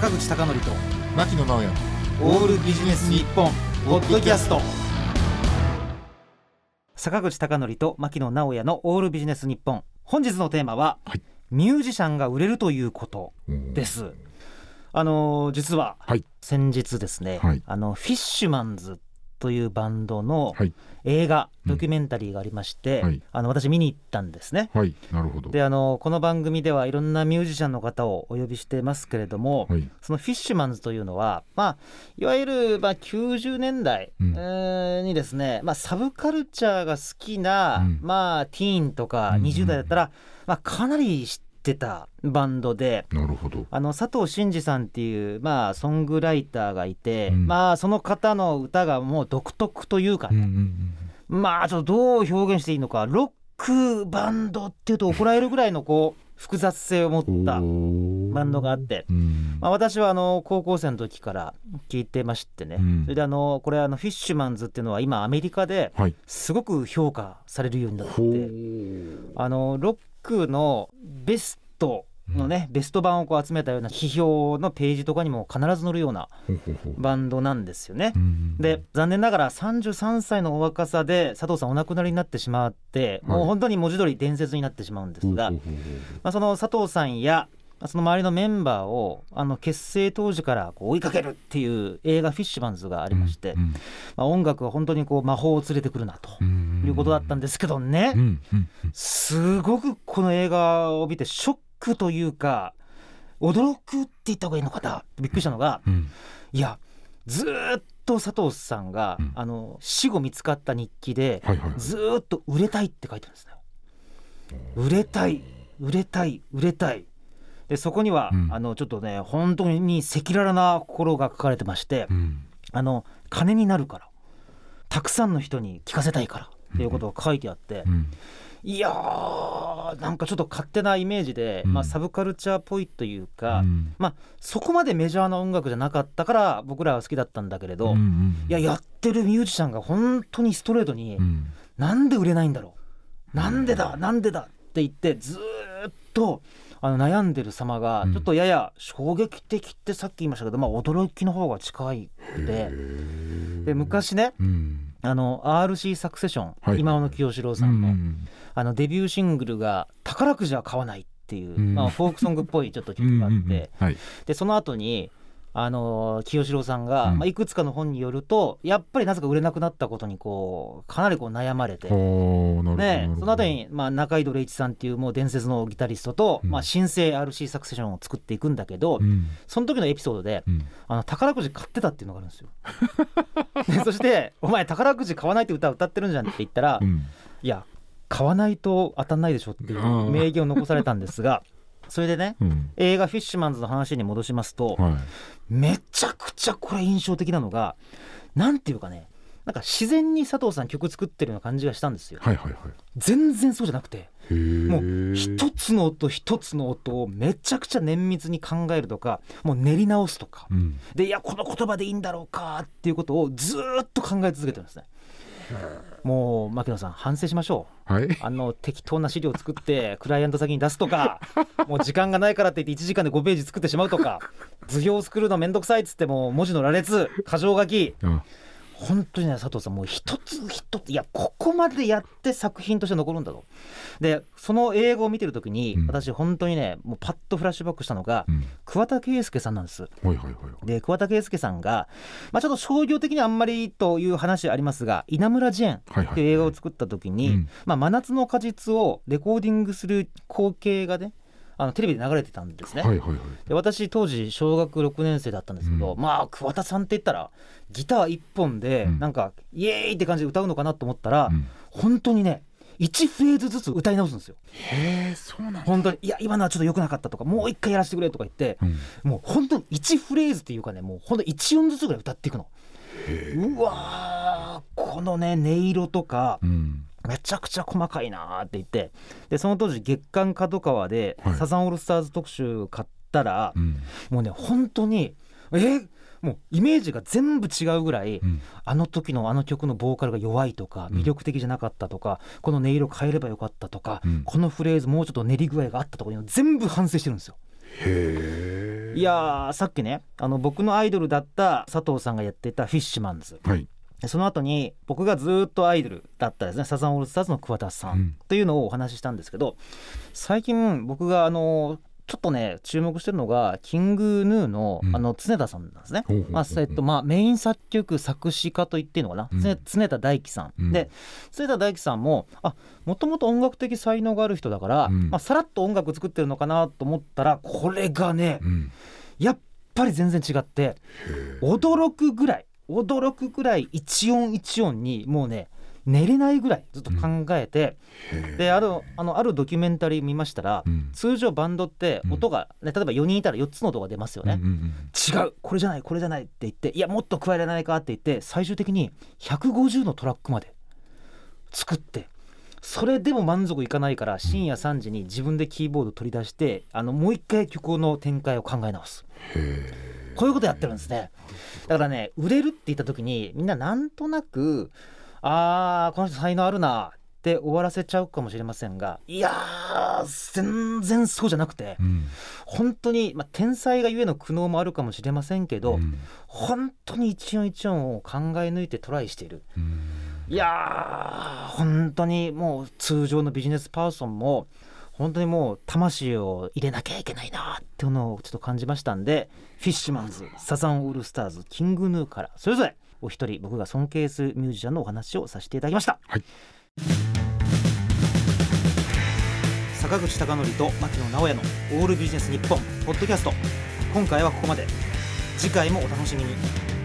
坂口孝則と牧野直哉オールビジネス日本ポッドキャスト。坂口孝則と牧野直哉のオールビジネス日本、本日のテーマは、 はい、 ミュージシャンが売れるということです。実は先日ですね、 はい、 フィッシュマンズというバンドの映画、ドキュメンタリーがありまして、 はい、 私見に行ったんですね。 はい、なるほど。 でこの番組ではいろんなミュージシャンの方をお呼びしてますけれども、 はい、 そのフィッシュマンズというのは、いわゆる、90年代、にですね、サブカルチャーが好きな、ティーンとか20代だったら、かなり知ってたバンドで、 なるほど。 佐藤真二さんっていう、ソングライターがいて、その方の歌がもう独特というかね、ちょっとどう表現していいのか、ロックバンドっていうと怒られるぐらいの複雑性を持ったバンドがあって、私は高校生の時から聞いてましてね、それでこれフィッシュマンズっていうのは今アメリカですごく評価されるようになって、ロックのベストのね、ベスト版を集めたような批評のページとかにも必ず載るようなバンドなんですよね。で、残念ながら33歳のお若さで佐藤さんお亡くなりになってしまって、もう本当に文字通り伝説になってしまうんですが、その佐藤さんやその周りのメンバーを結成当時から追いかけるっていう映画フィッシュマンズがありまして、音楽は本当に魔法を連れてくるなということだったんですけどね、すごくこの映画を見てショックというか驚くって言った方がいいのかな、びっくりしたのが、いやずっと佐藤さんが、死後見つかった日記で、ずっと売れたいって書いてるんですね。売れたい売れたい売れたいで、そこには、ちょっとね本当に赤裸々な心が書かれてまして、金になるから、たくさんの人に聞かせたいからっていうことが書いてあって、いやー、なんかちょっと勝手なイメージで、サブカルチャーっぽいというか、そこまでメジャーな音楽じゃなかったから僕らは好きだったんだけれど、やってるミュージシャンが本当にストレートに、なんで売れないんだろう、なんでだって言ってずっと悩んでる様がちょっとやや衝撃的ってさっき言いましたけど、驚きの方が近いで、昔ね、RC サクセション、今野清志郎さんの、デビューシングルが宝くじは買わないっていう、フォークソングっぽいちょっと曲があって、でその後に清志郎さんが、いくつかの本によると、やっぱりなぜか売れなくなったことにかなり悩まれて、その後に、中井戸礼一さんっていうもう伝説のギタリストと、新生 RC サクセションを作っていくんだけど、その時のエピソードで、宝くじ買ってたっていうのがあるんですよ。でそしてお前宝くじ買わないって歌を歌ってるんじゃんって言ったら、いや買わないと当たんないでしょっていう名言を残されたんですが、それでね、映画フィッシュマンズの話に戻しますと、めちゃくちゃこれ印象的なのが、なんていうかね、なんか自然に佐藤さん曲作ってるような感じがしたんですよ。全然そうじゃなくて、もう一つの音一つの音をめちゃくちゃ綿密に考えるとか、もう練り直すとか、でいやこの言葉でいいんだろうかっていうことをずっと考え続けてるんですね。もう牧野さん反省しましょう、適当な資料を作ってクライアント先に出すとか、もう時間がないからって言って1時間で5ページ作ってしまうとか、図表を作るのめんどくさいっつっても文字の羅列箇条書き、本当にね佐藤さんもう一つ一つ、いやここまでやって作品として残るんだと。でその映画を見てる時に、私本当にねもうパッとフラッシュバックしたのが、桑田佳祐さんなんです。で桑田佳祐さんが、ちょっと商業的にあんまりという話ありますが、稲村ジェーンっていう映画を作った時に、真夏の果実をレコーディングする光景がねテレビで流れてたんですね。で私当時小学6年生だったんですけど、桑田さんって言ったらギター1本でなんかイエーイって感じで歌うのかなと思ったら、本当にね1フレーズずつ歌い直すんですよ。 そうなんだ。 本当にいや今のはちょっと良くなかったとか、もう一回やらせてくれとか言って、もう本当に1フレーズっていうかね、もう本当に1音ずつぐらい歌っていくの。うわー、このね音色とか、めちゃくちゃ細かいなって言って、でその当時月刊角川でサザンオールスターズ特集買ったら、もうね本当にもうイメージが全部違うぐらい、あの時のあの曲のボーカルが弱いとか魅力的じゃなかったとか、この音色変えればよかったとか、このフレーズもうちょっと練り具合があったとかいうの全部反省してるんですよ。 いやさっきね僕のアイドルだった佐藤さんがやっていたフィッシュマンズ、 はい、 その後に僕がずっとアイドルだったですねサザンオールスターズの桑田さんというのをお話ししたんですけど、最近僕がちょっとね注目してるのがキングヌーの常田さんなんですね。メイン作曲作詞家と言っていいのかな、常田大樹さん、で常田大樹さんももともと音楽的才能がある人だから、さらっと音楽作ってるのかなと思ったら、これがね、やっぱり全然違って、驚くぐらい一音一音にもうね寝れないぐらいずっと考えて、であるドキュメンタリー見ましたら、通常バンドって音が、ね、例えば4人いたら4つの音が出ますよね、違うこれじゃないって言って、いやもっと加えられないかって言って最終的に150のトラックまで作って、それでも満足いかないから深夜3時に自分でキーボード取り出してもう一回曲の展開を考え直す。こういうことやってるんですね。だからね、売れるって言った時にみんななんとなくこの人才能あるなって終わらせちゃうかもしれませんが、いや全然そうじゃなくて、本当に、天才がゆえの苦悩もあるかもしれませんけど、本当に一音一音を考え抜いてトライしている。いや本当にもう通常のビジネスパーソンも本当にもう魂を入れなきゃいけないなっていうのをちょっと感じましたんで、フィッシュマンズ、サザンオールスターズ、キングヌーからそれぞれお一人僕が尊敬するミュージシャンのお話をさせていただきました。はい、坂口孝則と牧野直哉のオールビジネス日本ポッドキャスト、今回はここまで。次回もお楽しみに。